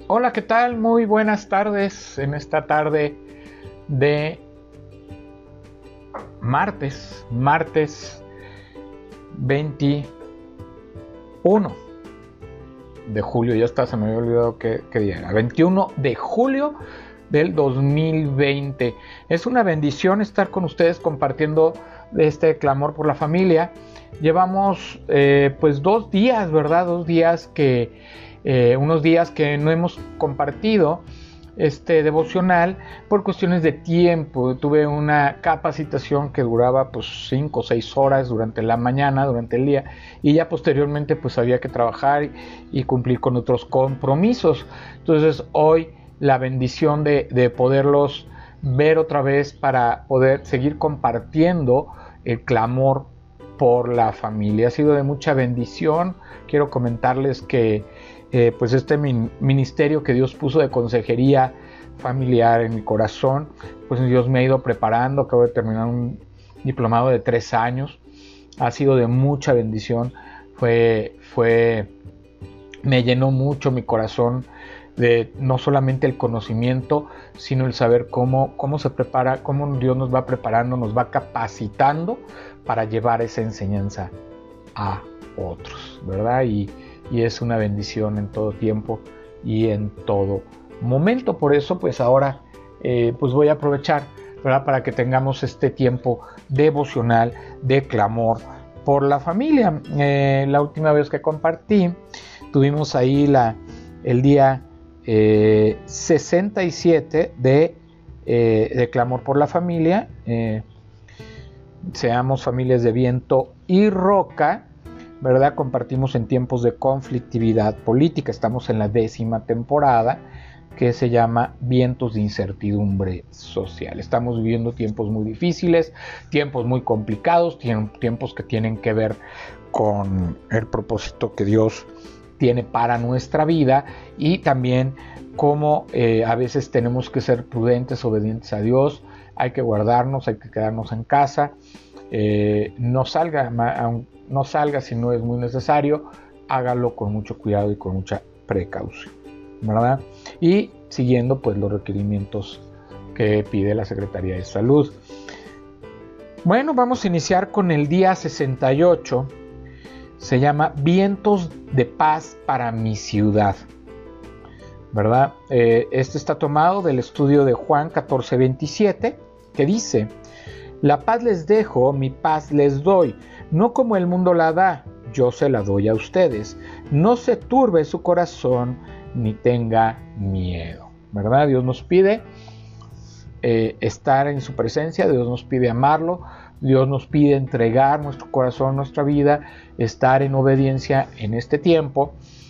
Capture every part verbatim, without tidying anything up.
Hola, ¿qué tal? Muy buenas tardes en esta tarde de martes, martes veintiuno de julio, ya está, se me había olvidado qué, qué día era, veintiuno de julio del dos mil veinte. Es una bendición estar con ustedes compartiendo este clamor por la familia. Llevamos eh, pues dos días, ¿verdad? Dos días que, eh, unos días que no hemos compartido este devocional por cuestiones de tiempo. Tuve una capacitación que duraba pues cinco o seis horas durante la mañana, durante el día, y ya posteriormente pues había que trabajar y, y cumplir con otros compromisos. Entonces hoy la bendición de, de poderlos ver otra vez para poder seguir compartiendo el clamor por la familia. Ha sido de mucha bendición. Quiero comentarles que eh, pues este min- ministerio que Dios puso de consejería familiar en mi corazón, pues Dios me ha ido preparando. Acabo de terminar un diplomado de tres años. Ha sido de mucha bendición. Fue, fue, me llenó mucho mi corazón de no solamente el conocimiento, sino el saber cómo, cómo se prepara, cómo Dios nos va preparando, nos va capacitando para llevar esa enseñanza a otros, ¿verdad? Y, y es una bendición en todo tiempo y en todo momento. Por eso, pues ahora, eh, pues voy a aprovechar, ¿verdad? Para que tengamos este tiempo devocional de clamor por la familia. Eh, la última vez que compartí, tuvimos ahí la, el día Eh, sesenta y siete de, eh, de clamor por la familia. eh, seamos familias de viento y roca, ¿verdad? Compartimos en tiempos de conflictividad política. Estamos en la décima temporada, que se llama Vientos de Incertidumbre Social. Estamos viviendo tiempos muy difíciles, tiempos muy complicados, tiempos que tienen que ver con el propósito que Dios tiene para nuestra vida, y también cómo eh, a veces tenemos que ser prudentes, obedientes a Dios. Hay que guardarnos, hay que quedarnos en casa, eh, no salga, no salga si no es muy necesario, hágalo con mucho cuidado y con mucha precaución, ¿verdad? Y siguiendo pues los requerimientos que pide la Secretaría de Salud. Bueno, vamos a iniciar con el día sesenta y ocho. Se llama Vientos de Paz para mi ciudad, ¿verdad? Eh, este está tomado del estudio de Juan catorce veintisiete, que dice: la paz les dejo, mi paz les doy, no como el mundo la da, yo se la doy a ustedes. No se turbe su corazón, ni tenga miedo, ¿verdad? Dios nos pide eh, estar en su presencia, Dios nos pide amarlo, Dios nos pide entregar nuestro corazón, nuestra vida, estar en obediencia en este tiempo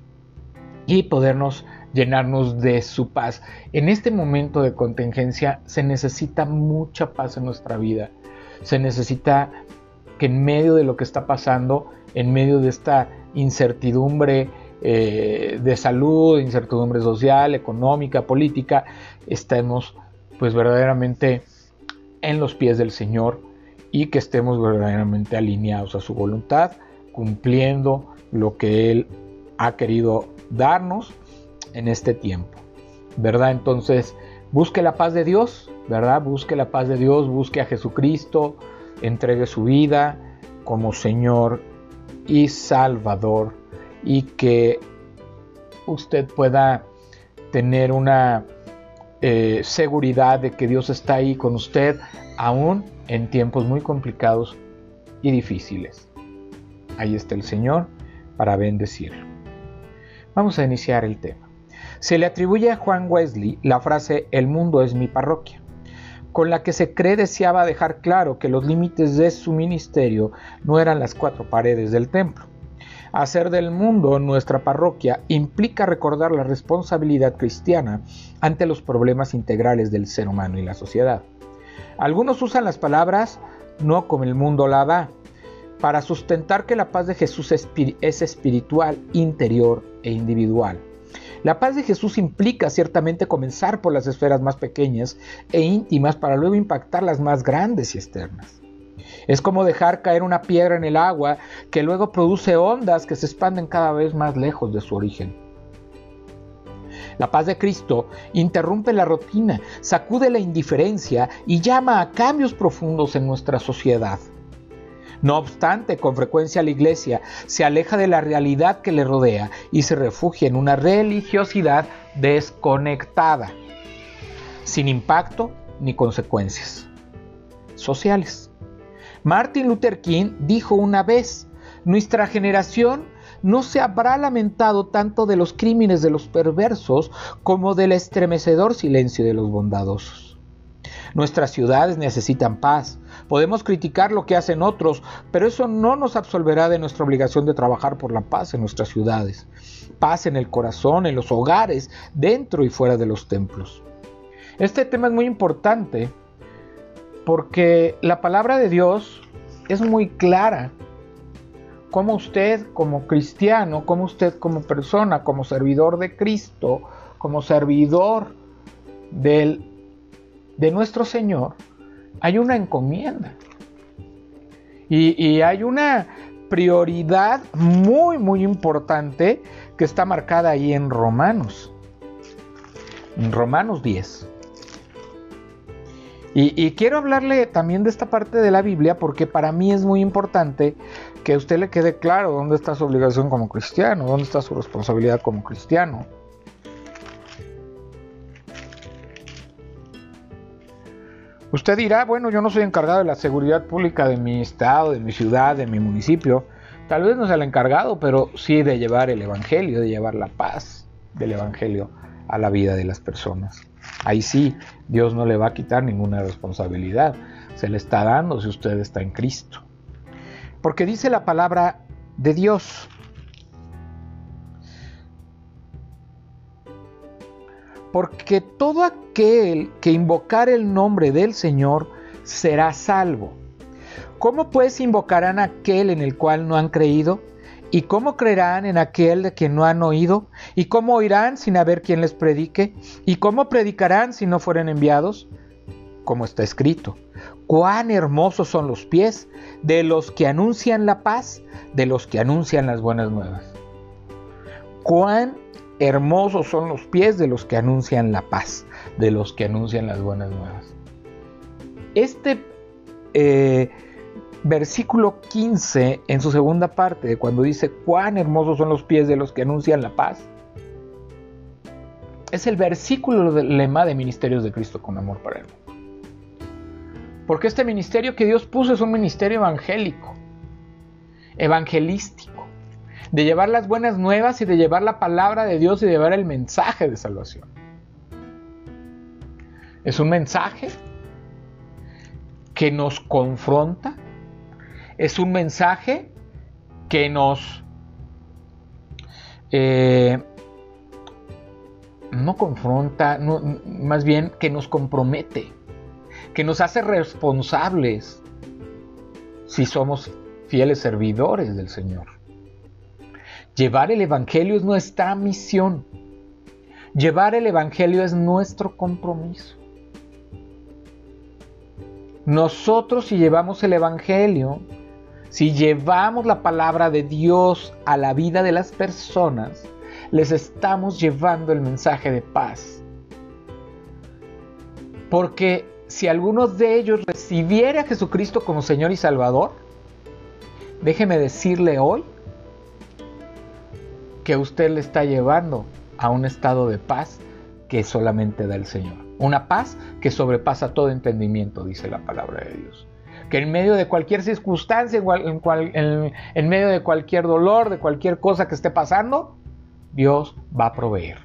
y podernos llenarnos de su paz. En este momento de contingencia se necesita mucha paz en nuestra vida. Se necesita que en medio de lo que está pasando, en medio de esta incertidumbre eh, de salud, incertidumbre social, económica, política, estemos pues verdaderamente en los pies del Señor, y que estemos verdaderamente alineados a su voluntad, cumpliendo lo que Él ha querido darnos en este tiempo, ¿verdad? Entonces, busque la paz de Dios, ¿verdad? Busque la paz de Dios, busque a Jesucristo, entregue su vida como Señor y Salvador, y que usted pueda tener una eh, seguridad de que Dios está ahí con usted, aún en tiempos muy complicados y difíciles. Ahí está el Señor para bendecirlo. Vamos a iniciar el tema. Se le atribuye a Juan Wesley la frase "el mundo es mi parroquia", con la que se cree deseaba dejar claro que los límites de su ministerio no eran las cuatro paredes del templo. Hacer del mundo nuestra parroquia implica recordar la responsabilidad cristiana ante los problemas integrales del ser humano y la sociedad. Algunos usan las palabras "no como el mundo la da" para sustentar que la paz de Jesús es espiritual, interior e individual. La paz de Jesús implica ciertamente comenzar por las esferas más pequeñas e íntimas para luego impactar las más grandes y externas. Es como dejar caer una piedra en el agua que luego produce ondas que se expanden cada vez más lejos de su origen. La paz de Cristo interrumpe la rutina, sacude la indiferencia y llama a cambios profundos en nuestra sociedad. No obstante, con frecuencia la Iglesia se aleja de la realidad que le rodea y se refugia en una religiosidad desconectada, sin impacto ni consecuencias sociales. Martin Luther King dijo una vez: nuestra generación no se habrá lamentado tanto de los crímenes de los perversos como del estremecedor silencio de los bondadosos. Nuestras ciudades necesitan paz. Podemos criticar lo que hacen otros, pero eso no nos absolverá de nuestra obligación de trabajar por la paz en nuestras ciudades. Paz en el corazón, en los hogares, dentro y fuera de los templos. Este tema es muy importante porque la palabra de Dios es muy clara. Cómo usted como cristiano, cómo usted como persona, como servidor de Cristo, como servidor del, de nuestro Señor, hay una encomienda. Y, y hay una prioridad muy, muy importante que está marcada ahí en Romanos. En Romanos diez. Y, y quiero hablarle también de esta parte de la Biblia porque para mí es muy importante que a usted le quede claro dónde está su obligación como cristiano, dónde está su responsabilidad como cristiano. Usted dirá, bueno, yo no soy encargado de la seguridad pública de mi estado, de mi ciudad, de mi municipio. Tal vez no sea el encargado, pero sí de llevar el evangelio, de llevar la paz del evangelio a la vida de las personas. Ahí sí, Dios no le va a quitar ninguna responsabilidad. Se le está dando si usted está en Cristo. Porque dice la palabra de Dios: porque todo aquel que invocar el nombre del Señor será salvo. ¿Cómo pues invocarán a aquel en el cual no han creído? ¿Y cómo creerán en aquel de quien no han oído? ¿Y cómo oirán sin haber quien les predique? ¿Y cómo predicarán si no fueren enviados? Como está escrito: cuán hermosos son los pies de los que anuncian la paz, de los que anuncian las buenas nuevas. Cuán hermosos son los pies de los que anuncian la paz, de los que anuncian las buenas nuevas. Este eh, versículo quince, en su segunda parte, cuando dice cuán hermosos son los pies de los que anuncian la paz, es el versículo del lema de Ministerios de Cristo con Amor para el Mundo. Porque este ministerio que Dios puso es un ministerio evangélico, evangelístico, de llevar las buenas nuevas y de llevar la palabra de Dios y de llevar el mensaje de salvación. Es un mensaje que nos confronta, es un mensaje que nos eh, no confronta, no, más bien que nos compromete, que nos hace responsables si somos fieles servidores del Señor. Llevar el evangelio es nuestra misión. Llevar el evangelio es nuestro compromiso. Nosotros, si llevamos el evangelio, si llevamos la palabra de Dios a la vida de las personas, les estamos llevando el mensaje de paz. Porque si alguno de ellos recibiera a Jesucristo como Señor y Salvador, déjeme decirle hoy que usted le está llevando a un estado de paz que solamente da el Señor. Una paz que sobrepasa todo entendimiento, dice la palabra de Dios. Que en medio de cualquier circunstancia, en, cual, en, en medio de cualquier dolor, de cualquier cosa que esté pasando, Dios va a proveer.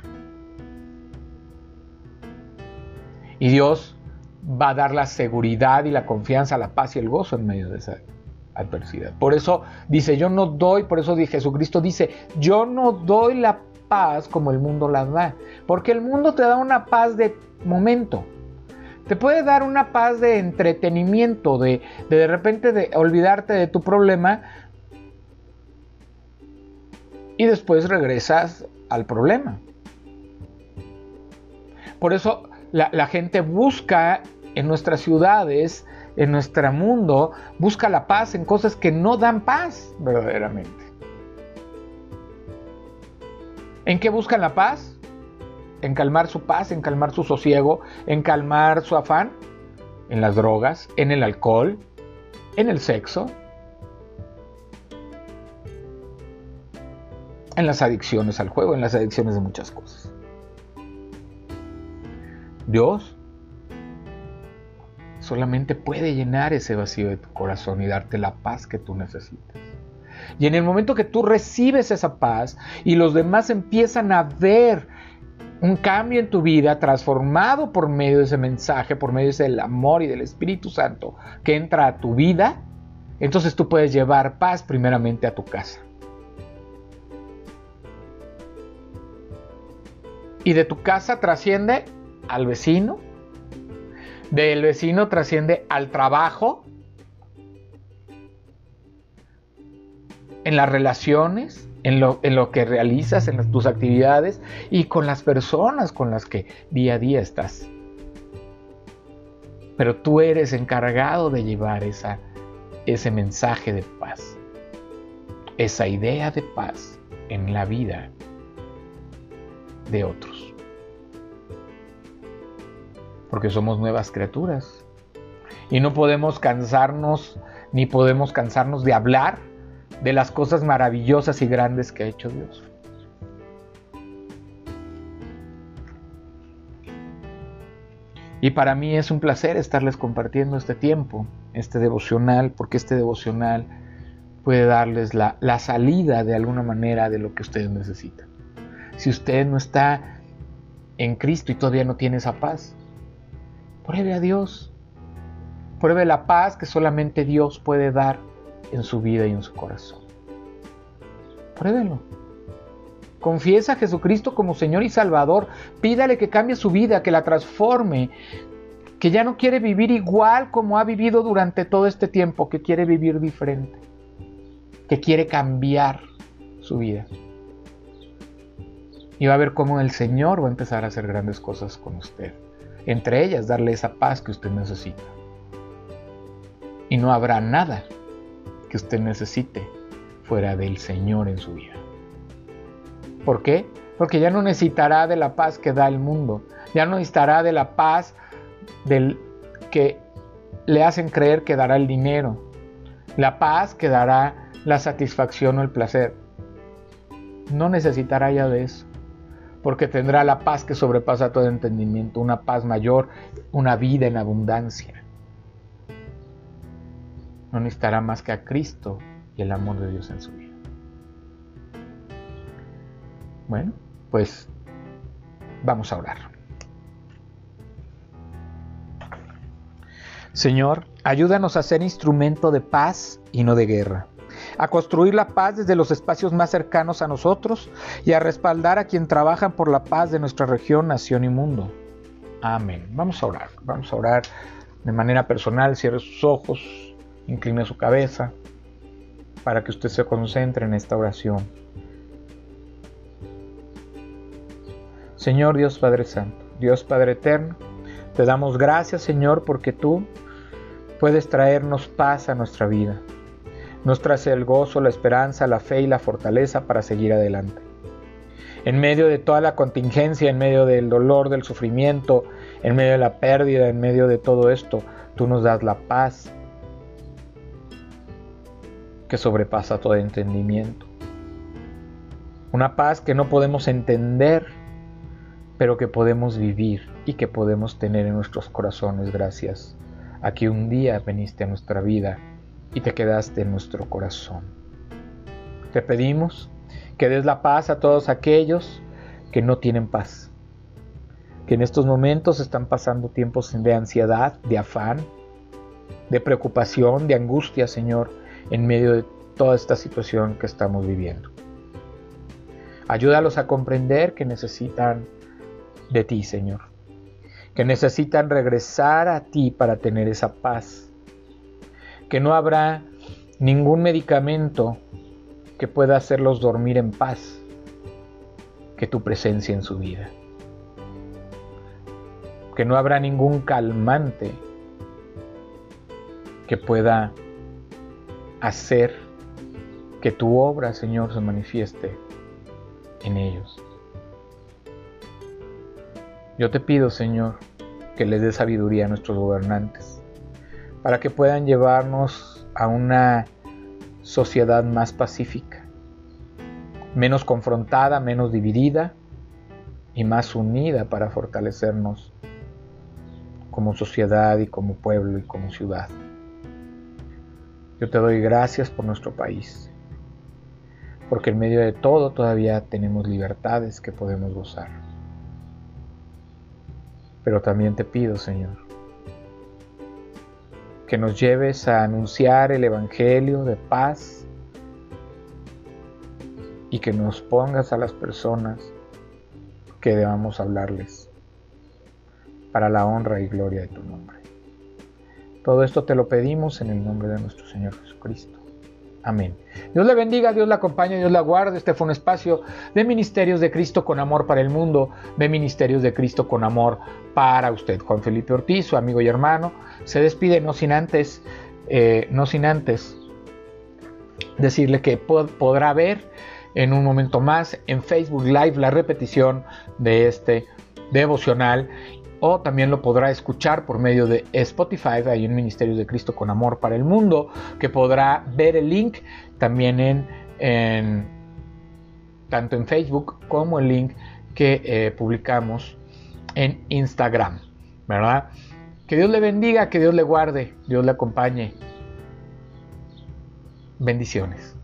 Y Dios va a dar la seguridad y la confianza, la paz y el gozo en medio de esa adversidad. Por eso dice, yo no doy, por eso Jesucristo dice, yo no doy la paz como el mundo la da. Porque el mundo te da una paz de momento. Te puede dar una paz de entretenimiento, de de, de repente de olvidarte de tu problema y después regresas al problema. Por eso la, la gente busca en nuestras ciudades, en nuestro mundo, busca la paz en cosas que no dan paz verdaderamente. ¿En qué buscan la paz? en calmar su paz, en calmar su sosiego, en calmar su afán? En las drogas, en el alcohol, en el sexo, en las adicciones al juego, en las adicciones de muchas cosas. Dios solamente puede llenar ese vacío de tu corazón y darte la paz que tú necesitas. Y en el momento que tú recibes esa paz y los demás empiezan a ver un cambio en tu vida transformado por medio de ese mensaje, por medio del amor y del Espíritu Santo que entra a tu vida, entonces tú puedes llevar paz primeramente a tu casa. Y de tu casa trasciende al vecino, del vecino trasciende al trabajo, en las relaciones, en lo, en lo que realizas, en las, tus actividades y con las personas con las que día a día estás. Pero tú eres encargado de llevar esa, ese mensaje de paz, esa idea de paz en la vida de otros. Porque somos nuevas criaturas y no podemos cansarnos ni podemos cansarnos de hablar de las cosas maravillosas y grandes que ha hecho Dios. Y para mí es un placer estarles compartiendo este tiempo, este devocional, porque este devocional puede darles la, la salida de alguna manera de lo que ustedes necesitan. Si usted no está en Cristo y todavía no tiene esa paz, pruebe a Dios. Pruebe la paz que solamente Dios puede dar en su vida y en su corazón. Pruébelo. Confiesa a Jesucristo como Señor y Salvador. Pídale que cambie su vida, que la transforme, que ya no quiere vivir igual como ha vivido durante todo este tiempo, que quiere vivir diferente, que quiere cambiar su vida. Y va a ver cómo el Señor va a empezar a hacer grandes cosas con usted. Entre ellas, darle esa paz que usted necesita. Y no habrá nada que usted necesite fuera del Señor en su vida. ¿Por qué? Porque ya no necesitará de la paz que da el mundo. Ya no necesitará de la paz del que le hacen creer que dará el dinero. La paz que dará la satisfacción o el placer. No necesitará ya de eso. Porque tendrá la paz que sobrepasa todo entendimiento. Una paz mayor, una vida en abundancia. No necesitará más que a Cristo y el amor de Dios en su vida. Bueno, pues vamos a orar. Señor, ayúdanos a ser instrumento de paz y no de guerra, a construir la paz desde los espacios más cercanos a nosotros y a respaldar a quien trabaja por la paz de nuestra región, nación y mundo. Amén. Vamos a orar, vamos a orar de manera personal. Cierre sus ojos, incline su cabeza para que usted se concentre en esta oración. Señor Dios Padre Santo, Dios Padre Eterno, te damos gracias, Señor, porque tú puedes traernos paz a nuestra vida. Nos traes el gozo, la esperanza, la fe y la fortaleza para seguir adelante. En medio de toda la contingencia, en medio del dolor, del sufrimiento, en medio de la pérdida, en medio de todo esto, tú nos das la paz que sobrepasa todo entendimiento. Una paz que no podemos entender, pero que podemos vivir y que podemos tener en nuestros corazones gracias a que un día viniste a nuestra vida y te quedaste en nuestro corazón. Te pedimos que des la paz a todos aquellos que no tienen paz, que en estos momentos están pasando tiempos de ansiedad, de afán, de preocupación, de angustia, Señor, en medio de toda esta situación que estamos viviendo. Ayúdalos a comprender que necesitan de ti, Señor, que necesitan regresar a ti para tener esa paz, que no habrá ningún medicamento que pueda hacerlos dormir en paz que tu presencia en su vida, que no habrá ningún calmante que pueda hacer que tu obra, Señor, se manifieste en ellos. Yo te pido, Señor, que les dé sabiduría a nuestros gobernantes, para que puedan llevarnos a una sociedad más pacífica, menos confrontada, menos dividida y más unida para fortalecernos como sociedad y como pueblo y como ciudad. Yo te doy gracias por nuestro país, porque en medio de todo todavía tenemos libertades que podemos gozar. Pero también te pido, Señor, que nos lleves a anunciar el Evangelio de paz y que nos pongas a las personas que debamos hablarles para la honra y gloria de tu nombre. Todo esto te lo pedimos en el nombre de nuestro Señor Jesucristo. Amén. Dios le bendiga, Dios le acompañe, Dios la guarde. Este fue un espacio de Ministerios de Cristo con amor para el mundo, de Ministerios de Cristo con amor para usted. Juan Felipe Ortiz, su amigo y hermano, se despide no sin antes, eh, no sin antes decirle que pod- podrá ver en un momento más en Facebook Live la repetición de este devocional, o también lo podrá escuchar por medio de Spotify. Hay un Ministerio de Cristo con amor para el mundo, que podrá ver el link también en, en tanto en Facebook como el link que eh, publicamos en Instagram, ¿verdad? Que Dios le bendiga, que Dios le guarde, Dios le acompañe. Bendiciones.